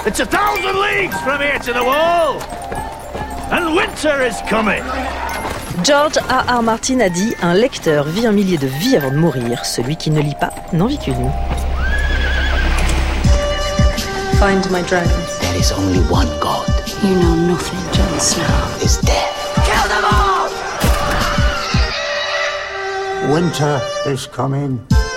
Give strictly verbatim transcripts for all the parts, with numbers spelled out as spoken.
It's a thousand leagues from here to the wall. And winter is coming. George R R. Martin a dit « Un lecteur vit un millier de vies avant de mourir. Celui qui ne lit pas n'en vit qu'une. » Find my dragons. There is only one God. You know nothing, Jon Snow. Is death. Kill them all! Winter is coming.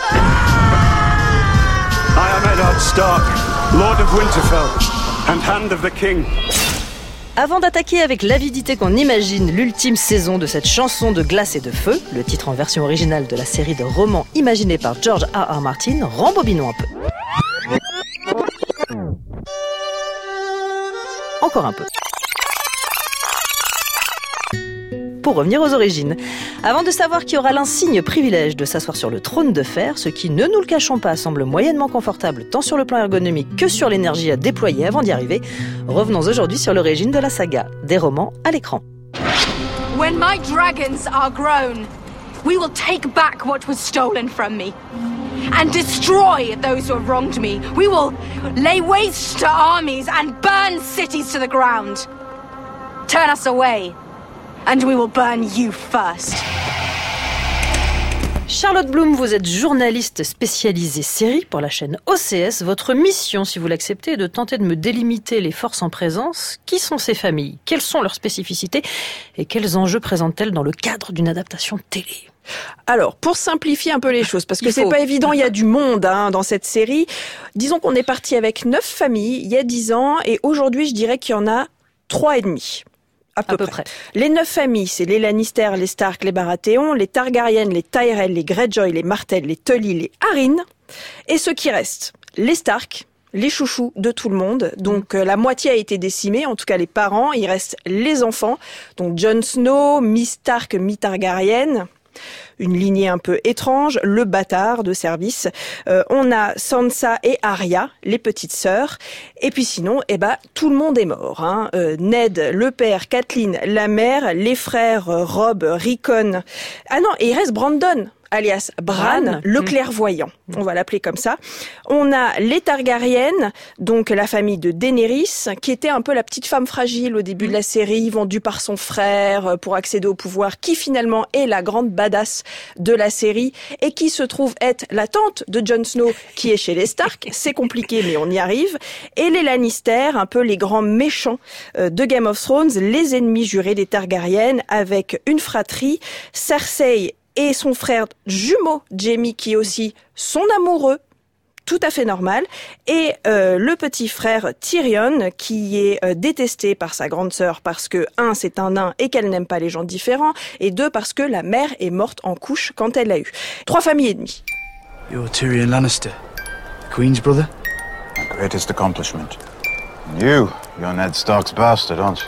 I am Eddard Stark, Lord of Winterfell, and Hand of the King. Avant d'attaquer avec l'avidité qu'on imagine l'ultime saison de cette chanson de glace et de feu, le titre en version originale de la série de romans imaginée par George R R. Martin, rembobinons un peu. Encore un peu. Pour revenir aux origines. Avant de savoir qui aura l'insigne privilège de s'asseoir sur le trône de fer, ce qui, ne nous le cachons pas, semble moyennement confortable tant sur le plan ergonomique que sur l'énergie à déployer avant d'y arriver, revenons aujourd'hui sur l'origine de la saga, des romans à l'écran. When my dragons are grown, we will take back what was stolen from me and destroy those who have wronged me. We will lay waste to armies and burn cities to the ground. Turn us away. And we will burn you first. Charlotte Bloom, vous êtes journaliste spécialisée série pour la chaîne O C S. Votre mission, si vous l'acceptez, est de tenter de me délimiter les forces en présence. Qui sont ces familles ? Quelles sont leurs spécificités ? Et quels enjeux présentent-elles dans le cadre d'une adaptation télé ? Alors, pour simplifier un peu les choses, parce que Il c'est faut. pas évident, il y a du monde hein, dans cette série. Disons qu'on est parti avec neuf familles il y a dix ans, et aujourd'hui, je dirais qu'il y en a trois et demi. À peu, à peu près. près. Les neuf familles, c'est les Lannister, les Stark, les Baratheon, les Targaryen, les Tyrell, les Greyjoy, les Martell, les Tully, les Arryn. Et ceux qui restent, les Stark, les chouchous de tout le monde. Donc euh, la moitié a été décimée, en tout cas les parents. Il reste les enfants. Donc Jon Snow, mi-Stark, mi-Targaryen. Une lignée un peu étrange, le bâtard de service. Euh, on a Sansa et Arya, les petites sœurs. Et puis sinon, eh ben, tout le monde est mort. Hein. Euh, Ned, le père, Catelyn, la mère, les frères euh, Robb, Rickon. Ah non, et il reste Brandon, alias Bran, Bran. le mmh. clairvoyant. On va l'appeler comme ça. On a les Targaryen, donc la famille de Daenerys, qui était un peu la petite femme fragile au début mmh. de la série, vendue par son frère pour accéder au pouvoir, qui finalement est la grande badass de la série et qui se trouve être la tante de Jon Snow, qui est chez les Stark. C'est compliqué, mais on y arrive. Et les Lannister, un peu les grands méchants de Game of Thrones, les ennemis jurés des Targaryen, avec une fratrie, Cersei et son frère jumeau, Jaime, qui est aussi son amoureux, tout à fait normal, et euh, le petit frère Tyrion, qui est euh, détesté par sa grande sœur parce que, un, c'est un nain et qu'elle n'aime pas les gens différents, et deux, parce que la mère est morte en couche quand elle l'a eu. Trois familles et demie. You're Tyrion Lannister, the Queen's brother? My greatest accomplishment. And you, you're Ned Stark's bastard, aren't you?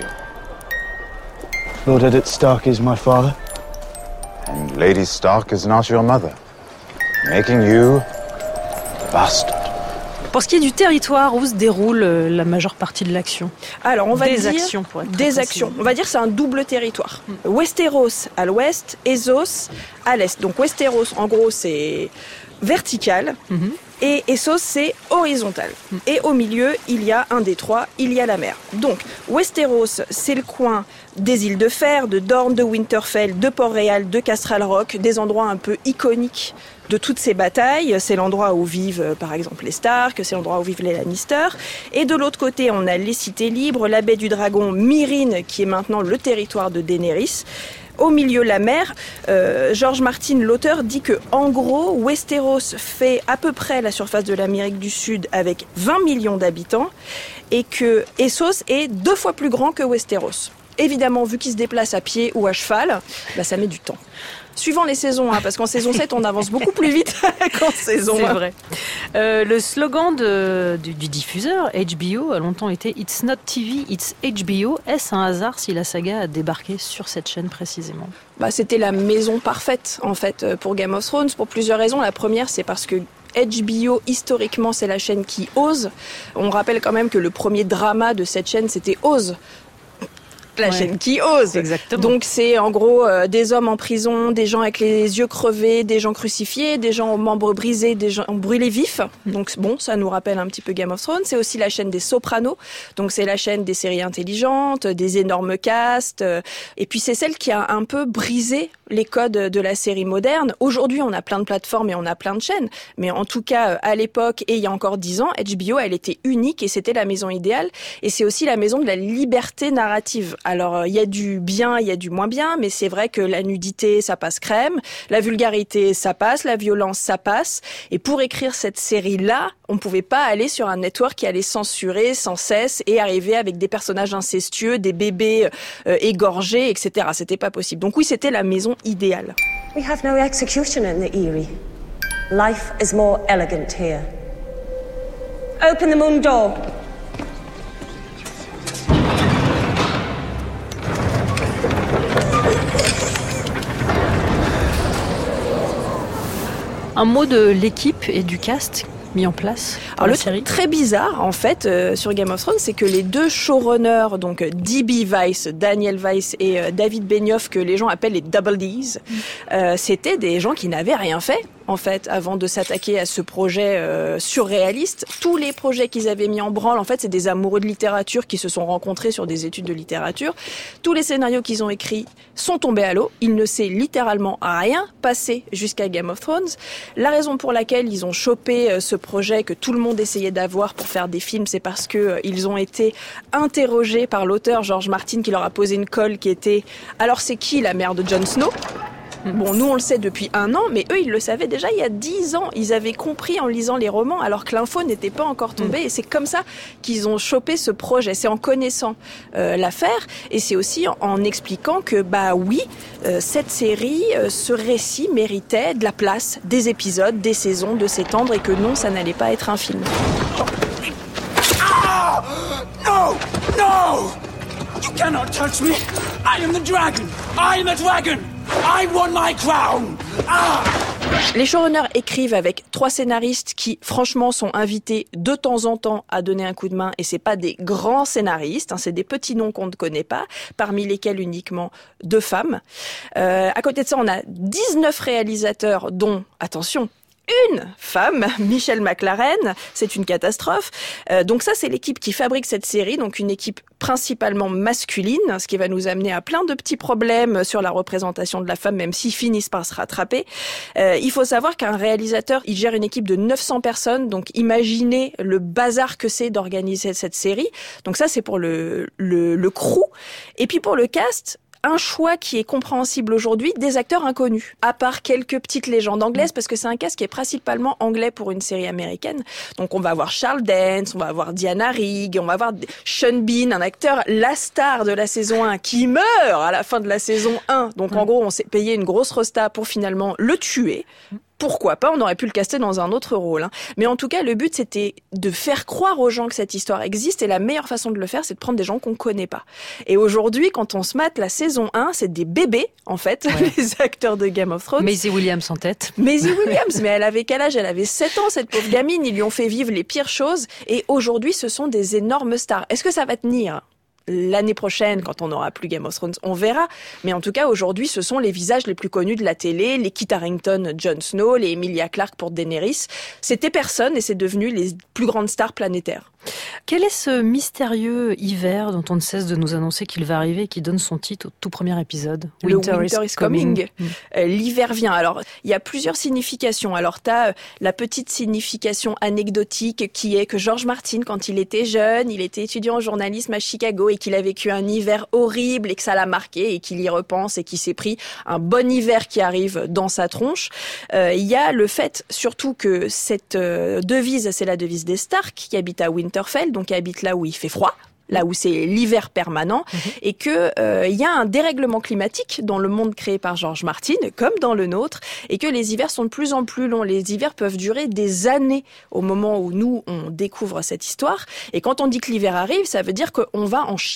Lord Eddard Stark is my father. And Lady Stark is not your mother, making you a bastard. Pour ce qui est du territoire où se déroule euh, la majeure partie de l'action. Alors on va des dire actions pour être très des précis. actions. On va dire c'est un double territoire. Mm. Westeros à l'ouest, Essos à l'est. Donc Westeros en gros c'est vertical. Mm-hmm. Et Essos, c'est horizontal. Mm. Et au milieu, il y a un détroit, il y a la mer. Donc, Westeros, c'est le coin des îles de Fer, de Dorne, de Winterfell, de Port-Réal, de Castral Rock, des endroits un peu iconiques de toutes ces batailles. C'est l'endroit où vivent, par exemple, les Stark, c'est l'endroit où vivent les Lannister. Et de l'autre côté, on a les cités libres, la baie du Dragon, Myrine, qui est maintenant le territoire de Daenerys. Au milieu, la mer. Euh, George Martin, l'auteur, dit que, en gros, Westeros fait à peu près la surface de l'Amérique du Sud avec vingt millions d'habitants et que Essos est deux fois plus grand que Westeros. Évidemment, vu qu'il se déplace à pied ou à cheval, bah, ça met du temps. Suivant les saisons, hein, parce qu'en saison sept, on avance beaucoup plus vite qu'en saison un. C'est vrai. Euh, le slogan de, du, du diffuseur, H B O, a longtemps été « It's not T V, it's H B O ». Est-ce un hasard si la saga a débarqué sur cette chaîne précisément ? Bah, c'était la maison parfaite, en fait, pour Game of Thrones, pour plusieurs raisons. La première, c'est parce que H B O, historiquement, c'est la chaîne qui ose. On rappelle quand même que le premier drama de cette chaîne, c'était Oz. La ouais. chaîne qui ose. Exactement. Donc c'est en gros euh, des hommes en prison, des gens avec les yeux crevés, des gens crucifiés, des gens aux membres brisés, des gens brûlés vifs. Donc bon, ça nous rappelle un petit peu Game of Thrones. C'est aussi la chaîne des Sopranos. Donc c'est la chaîne des séries intelligentes, des énormes castes. Euh, et puis c'est celle qui a un peu brisé les codes de la série moderne. Aujourd'hui, on a plein de plateformes et on a plein de chaînes. Mais en tout cas, à l'époque et il y a encore dix ans, H B O, elle était unique et c'était la maison idéale. Et c'est aussi la maison de la liberté narrative. Alors, il y a du bien, il y a du moins bien, mais c'est vrai que la nudité, ça passe crème. La vulgarité, ça passe. La violence, ça passe. Et pour écrire cette série-là, on pouvait pas aller sur un network qui allait censurer sans cesse et arriver avec des personnages incestueux, des bébés euh, égorgés, et cetera. C'était pas possible. Donc oui, c'était la maison idéale. We have no execution in the Eyrie. Life is more elegant here. Open the moon door. Un mot de l'équipe et du cast mis en place pour Alors la le série. truc très bizarre en fait euh, sur Game of Thrones, c'est que les deux showrunners, donc D B Weiss, Daniel Weiss et euh, David Benioff, que les gens appellent les Double D's, euh, c'était des gens qui n'avaient rien fait en fait avant de s'attaquer à ce projet euh, surréaliste. Tous les projets qu'ils avaient mis en branle, en fait, c'est des amoureux de littérature qui se sont rencontrés sur des études de littérature. Tous les scénarios qu'ils ont écrits sont tombés à l'eau. Il ne s'est littéralement rien passé jusqu'à Game of Thrones. La raison pour laquelle ils ont chopé euh, ce projet que tout le monde essayait d'avoir pour faire des films, c'est parce que euh, ils ont été interrogés par l'auteur George Martin qui leur a posé une colle qui était « Alors c'est qui la mère de Jon Snow ?» Bon, nous on le sait depuis un an, mais eux ils le savaient déjà il y a dix ans. Ils avaient compris en lisant les romans alors que l'info n'était pas encore tombée. Et c'est comme ça qu'ils ont chopé ce projet. C'est en connaissant euh, l'affaire et c'est aussi en, en expliquant que bah oui, euh, cette série, euh, ce récit méritait de la place, des épisodes, des saisons, de s'étendre et que non, ça n'allait pas être un film. Ah! No! No! You cannot touch me! I am the dragon! I am the dragon! I won my crown! Ah! Les showrunners écrivent avec trois scénaristes qui, franchement, sont invités de temps en temps à donner un coup de main. Et c'est pas des grands scénaristes, hein, c'est des petits noms qu'on ne connaît pas, parmi lesquels uniquement deux femmes. Euh, à côté de ça, on a dix-neuf réalisateurs, dont, attention, une femme, Michelle McLaren, c'est une catastrophe. Euh, donc ça, c'est l'équipe qui fabrique cette série, donc une équipe principalement masculine, ce qui va nous amener à plein de petits problèmes sur la représentation de la femme, même s'ils finissent par se rattraper. Euh, il faut savoir qu'un réalisateur, il gère une équipe de neuf cents personnes, donc imaginez le bazar que c'est d'organiser cette série. Donc ça, c'est pour le, le, le crew. Et puis pour le cast, un choix qui est compréhensible aujourd'hui, des acteurs inconnus, à part quelques petites légendes anglaises, parce que c'est un cast qui est principalement anglais pour une série américaine. Donc on va avoir Charles Dance, on va avoir Diana Rigg, on va avoir Sean Bean, un acteur, la star de la saison un, qui meurt à la fin de la saison un. Donc en gros, on s'est payé une grosse rosta pour finalement le tuer. Pourquoi pas, on aurait pu le caster dans un autre rôle. Hein. Mais en tout cas, le but, c'était de faire croire aux gens que cette histoire existe. Et la meilleure façon de le faire, c'est de prendre des gens qu'on connaît pas. Et aujourd'hui, quand on se mate la saison un, c'est des bébés, en fait, ouais. Les acteurs de Game of Thrones. Maisie Williams en tête. Maisie Williams, mais elle avait quel âge? Elle avait sept ans, cette pauvre gamine. Ils lui ont fait vivre les pires choses. Et aujourd'hui, ce sont des énormes stars. Est-ce que ça va tenir? L'année prochaine, quand on n'aura plus Game of Thrones, on verra. Mais en tout cas, aujourd'hui, ce sont les visages les plus connus de la télé, les Kit Harington, Jon Snow, les Emilia Clarke pour Daenerys. C'était personne et c'est devenu les plus grandes stars planétaires. Quel est ce mystérieux hiver dont on ne cesse de nous annoncer qu'il va arriver et qui donne son titre au tout premier épisode? Winter, Le Winter is, is Coming. coming. Mmh. Euh, l'hiver vient. Alors, il y a plusieurs significations. Alors, tu as euh, la petite signification anecdotique qui est que George Martin, quand il était jeune, il était étudiant en journalisme à Chicago et qu'il a vécu un hiver horrible et que ça l'a marqué et qu'il y repense et qu'il s'est pris un bon hiver qui arrive dans sa tronche. Euh, il y a le fait surtout que cette euh, devise, c'est la devise des Stark qui habitent à Winterfell, donc qui habitent là où il fait froid, là où c'est l'hiver permanent, mmh. et que euh, y a un dérèglement climatique dans le monde créé par George Martin, comme dans le nôtre, et que les hivers sont de plus en plus longs. Les hivers peuvent durer des années au moment où nous, on découvre cette histoire. Et quand on dit que l'hiver arrive, ça veut dire qu'on va en chier.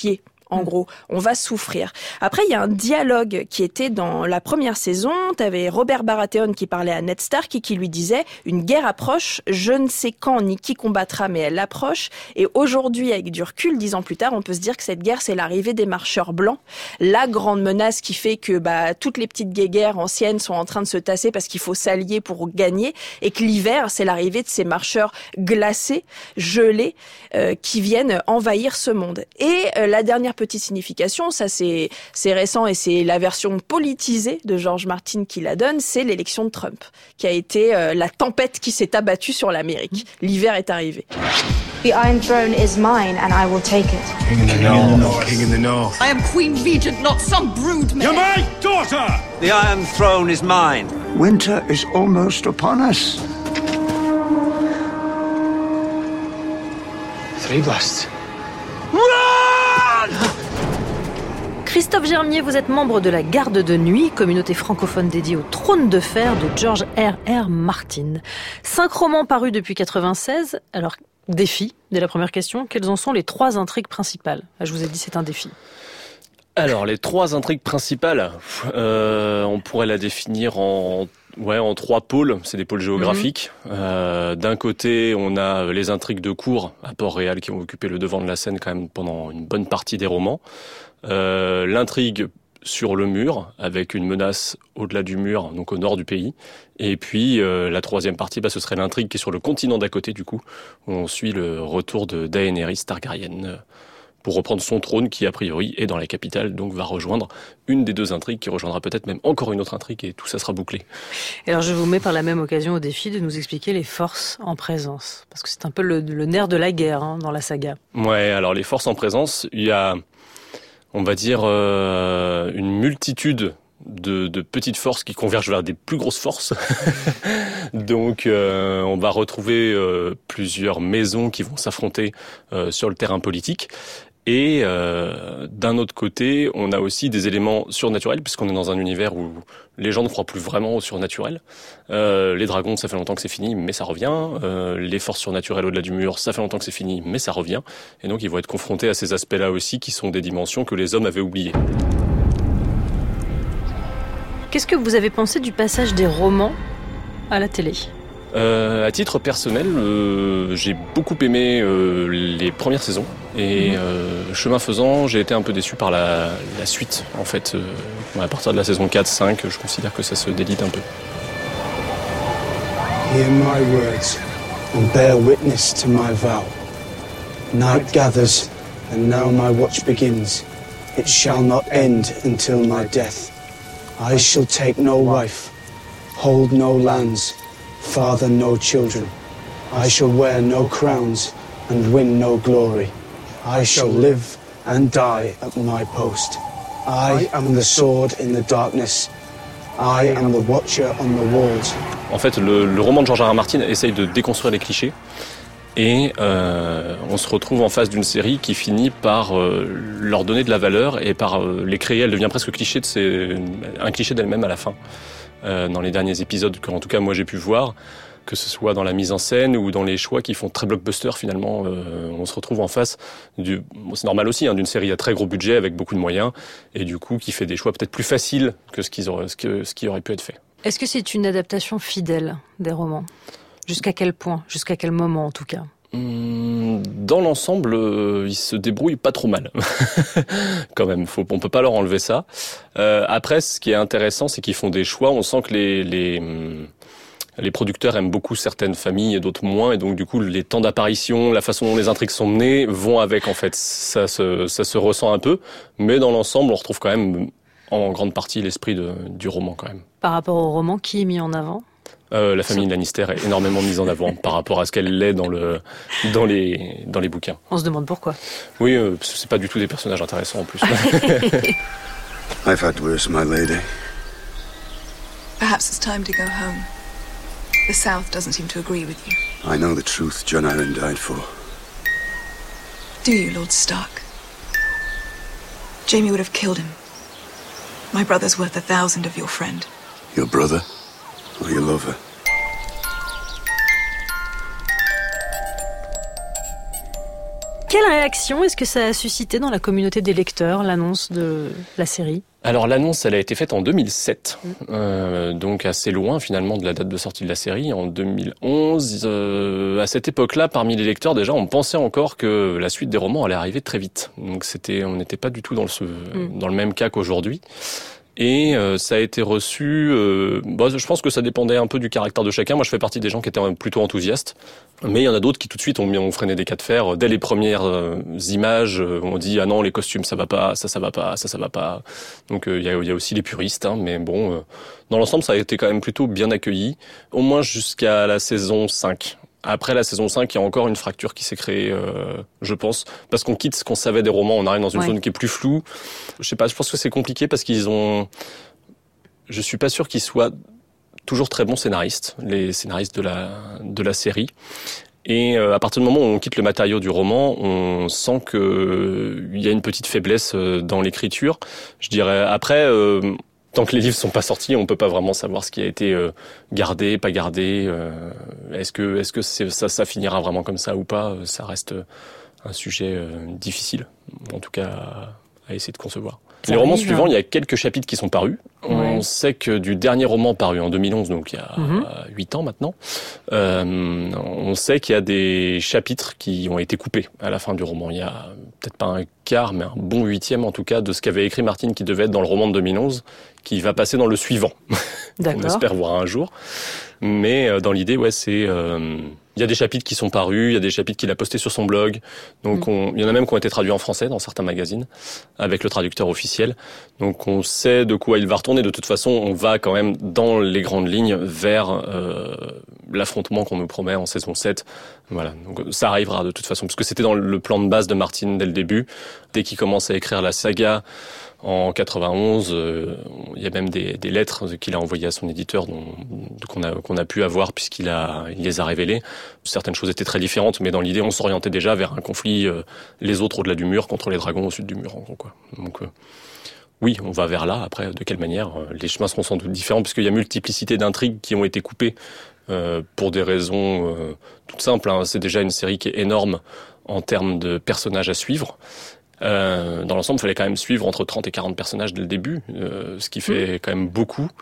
En gros, on va souffrir. Après, il y a un dialogue qui était dans la première saison. T'avais Robert Baratheon qui parlait à Ned Stark et qui lui disait « Une guerre approche, je ne sais quand ni qui combattra, mais elle approche. » Et aujourd'hui, avec du recul, dix ans plus tard, on peut se dire que cette guerre, c'est l'arrivée des marcheurs blancs. La grande menace qui fait que bah, toutes les petites guerres anciennes sont en train de se tasser parce qu'il faut s'allier pour gagner. Et que l'hiver, c'est l'arrivée de ces marcheurs glacés, gelés, euh, qui viennent envahir ce monde. Et euh, la dernière petite signification, ça c'est c'est récent et c'est la version politisée de George Martin qui la donne, c'est l'élection de Trump, qui a été euh, la tempête qui s'est abattue sur l'Amérique. L'hiver est arrivé. The Iron Throne is mine and I will take it. King in the North. King in the North. I am Queen Regent, not some brood mare. You're my daughter! The Iron Throne is mine. Winter is almost upon us. Three blasts. Christophe Germier, vous êtes membre de la Garde de Nuit, communauté francophone dédiée au Trône de Fer de George R R. Martin. Cinq romans parus depuis quatre-vingt-seize. Alors, défi, dès la première question, quelles en sont les trois intrigues principales ? Je vous ai dit, c'est un défi. Alors, les trois intrigues principales, euh, on pourrait la définir en... Ouais, en trois pôles, c'est des pôles géographiques. Mmh. Euh, d'un côté, on a les intrigues de cour à Port-Réal qui ont occupé le devant de la scène quand même pendant une bonne partie des romans. Euh, l'intrigue sur le mur, avec une menace au-delà du mur, donc au nord du pays. Et puis, euh, la troisième partie, bah, ce serait l'intrigue qui est sur le continent d'à côté, du coup, où on suit le retour de Daenerys Targaryen euh, pour reprendre son trône qui, a priori, est dans la capitale, donc va rejoindre une des deux intrigues, qui rejoindra peut-être même encore une autre intrigue, et tout ça sera bouclé. Et alors je vous mets par la même occasion au défi de nous expliquer les forces en présence, parce que c'est un peu le, le nerf de la guerre hein, dans la saga. Ouais, alors les forces en présence, il y a, on va dire, euh, une multitude de, de petites forces qui convergent vers des plus grosses forces. Donc euh, on va retrouver euh, plusieurs maisons qui vont s'affronter euh, sur le terrain politique. Et euh, d'un autre côté, on a aussi des éléments surnaturels, puisqu'on est dans un univers où les gens ne croient plus vraiment au surnaturel. Euh, les dragons, ça fait longtemps que c'est fini, mais ça revient. Euh, les forces surnaturelles au-delà du mur, ça fait longtemps que c'est fini, mais ça revient. Et donc ils vont être confrontés à ces aspects-là aussi, qui sont des dimensions que les hommes avaient oubliées. Qu'est-ce que vous avez pensé du passage des romans à la télé ? Euh, à titre personnel, euh, j'ai beaucoup aimé euh, les premières saisons et euh, chemin faisant, j'ai été un peu déçu par la, la suite. En fait, euh, à partir de la saison quatre cinq, je considère que ça se délite un peu. Hear my words and bear witness to my vow. Night gathers and now my watch begins. It shall not end until my death. I shall take no wife, hold no lands, father no children. I shall wear no crowns and win no glory. I shall live and die at my post. I am the sword in the darkness. I am the watcher on the walls. En fait, le, le roman de George R R. Martin essaye de déconstruire les clichés. Et euh, on se retrouve en face d'une série qui finit par euh, leur donner de la valeur et par euh, les créer. Elle devient presque cliché de ses, un cliché d'elle-même à la fin. Euh, dans les derniers épisodes que, en tout cas, moi j'ai pu voir, que ce soit dans la mise en scène ou dans les choix qui font très blockbuster finalement, euh, on se retrouve en face du, bon, c'est normal aussi, hein, d'une série à très gros budget avec beaucoup de moyens et du coup qui fait des choix peut-être plus faciles que ce, qu'ils auraient, ce, que, ce qui aurait pu être fait. Est-ce que c'est une adaptation fidèle des romans ? Jusqu'à quel point ? Jusqu'à quel moment en tout cas ? Dans l'ensemble, euh, ils se débrouillent pas trop mal. Quand même, faut, on peut pas leur enlever ça. Euh, après, ce qui est intéressant, c'est qu'ils font des choix. On sent que les, les, les producteurs aiment beaucoup certaines familles et d'autres moins. Et donc, du coup, les temps d'apparition, la façon dont les intrigues sont menées vont avec, en fait. Ça se, ça se ressent un peu. Mais dans l'ensemble, on retrouve quand même en grande partie l'esprit de, du roman quand même. Par rapport au roman, qui est mis en avant ? Euh, la famille Lannister est énormément mise en avant par rapport à ce qu'elle l'est dans le dans les dans les bouquins. On se demande pourquoi. Oui, euh, parce que c'est pas du tout des personnages intéressants en plus. I've had worse, my lady. Perhaps it's time to go home. The South doesn't seem to agree with you. I know the truth Jon Arryn died for. Do you, Lord Stark? Jaime would have killed him. My brother's worth a thousand of your friend. Your brother? Or your lover? Quelle réaction est-ce que ça a suscité dans la communauté des lecteurs, l'annonce de la série ? Alors l'annonce, elle a été faite en deux mille sept, euh, donc assez loin finalement de la date de sortie de la série, en deux mille onze. Euh, à cette époque-là, parmi les lecteurs, déjà, on pensait encore que la suite des romans allait arriver très vite. Donc c'était, on n'était pas du tout dans le, mm. dans le même cas qu'aujourd'hui. Et euh, ça a été reçu, euh, bah, je pense que ça dépendait un peu du caractère de chacun. Moi, je fais partie des gens qui étaient plutôt enthousiastes. Mais il y en a d'autres qui tout de suite ont, mis, ont freiné des cas de fer. Dès les premières euh, images, euh, on dit « Ah non, les costumes, ça va pas, ça, ça va pas, ça, ça va pas ». Donc il euh, y, a, y a aussi les puristes, hein, mais bon, euh, dans l'ensemble, ça a été quand même plutôt bien accueilli. Au moins jusqu'à la saison cinq. Après la saison cinq, il y a encore une fracture qui s'est créée, euh, je pense, parce qu'on quitte ce qu'on savait des romans, on arrive dans une ouais. zone qui est plus floue. Je sais pas, je pense que c'est compliqué parce qu'ils ont... Je suis pas sûr qu'ils soient toujours très bons scénaristes, les scénaristes de la, de la série. Et euh, à partir du moment où on quitte le matériau du roman, on sent que euh, il y a une petite faiblesse euh, dans l'écriture. Je dirais, après... Euh, Tant que les livres sont pas sortis, on peut pas vraiment savoir ce qui a été euh, gardé, pas gardé. Euh, est-ce que, est-ce que c'est, ça, ça finira vraiment comme ça ou pas ? Ça reste un sujet euh, difficile, en tout cas à, à essayer de concevoir. Ça les romans arrive, suivants, hein. Il y a quelques chapitres qui sont parus. Ouais. On sait que du dernier roman paru en deux mille onze, donc il y a huit mm-hmm. ans maintenant, euh, on sait qu'il y a des chapitres qui ont été coupés à la fin du roman. Il y a peut-être pas un quart, mais un bon huitième en tout cas de ce qu'avait écrit Martin, qui devait être dans le roman de deux mille onze, qui va passer dans le suivant. On espère voir un jour. Mais euh, dans l'idée, ouais, c'est... Euh, il y a des chapitres qui sont parus, il y a des chapitres qu'il a postés sur son blog. Donc, mm. on, il y en a même qui ont été traduits en français dans certains magazines, avec le traducteur officiel. Donc, on sait de quoi il va retourner. De toute façon, on va quand même dans les grandes lignes vers euh, l'affrontement qu'on nous promet en saison sept. Voilà. Donc, ça arrivera de toute façon, parce que c'était dans le plan de base de Martin dès le début. Dès qu'il commence à écrire la saga en quatre-vingt-onze, euh, il y a même des, des lettres qu'il a envoyées à son éditeur dont, qu'on a qu'on a pu avoir puisqu'il a il les a révélées. Certaines choses étaient très différentes, mais dans l'idée, on s'orientait déjà vers un conflit euh, les autres au-delà du mur contre les dragons au sud du mur, en gros, quoi. Donc euh, oui, on va vers là. Après, de quelle manière ? Les chemins seront sans doute différents puisqu'il y a multiplicité d'intrigues qui ont été coupées euh, pour des raisons euh, toutes simples, hein. C'est déjà une série qui est énorme en termes de personnages à suivre. Euh, dans l'ensemble, il fallait quand même suivre entre trente et quarante personnages dès le début, euh, ce qui fait mmh. quand même beaucoup.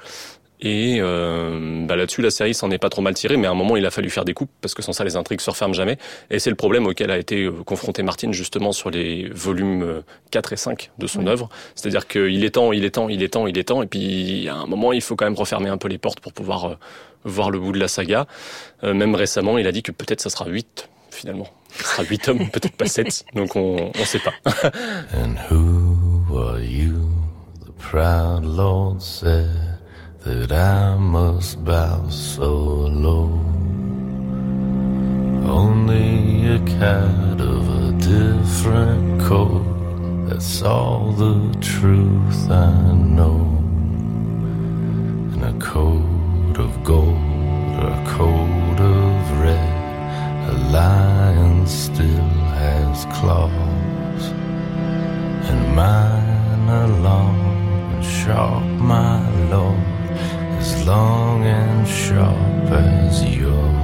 Et euh, bah là-dessus, la série s'en est pas trop mal tirée, mais à un moment, il a fallu faire des coupes, parce que sans ça, les intrigues se referment jamais. Et c'est le problème auquel a été confronté Martin, justement, sur les volumes quatre et cinq de son mmh. œuvre. C'est-à-dire qu'il est temps, il est temps, il est temps, il est temps, et puis à un moment, il faut quand même refermer un peu les portes pour pouvoir euh, voir le bout de la saga. Euh, même récemment, il a dit que peut-être ça sera huit, finalement. Ce sera huit tomes, peut-être pas sept, donc on on sait pas. And who are you? The proud Lord said that I must bow so low. Only a cat of a different coat, that's all the truth I know. And a coat of gold or a coat of red, a lion still has claws, and mine are long and sharp, my lord, as long and sharp as yours.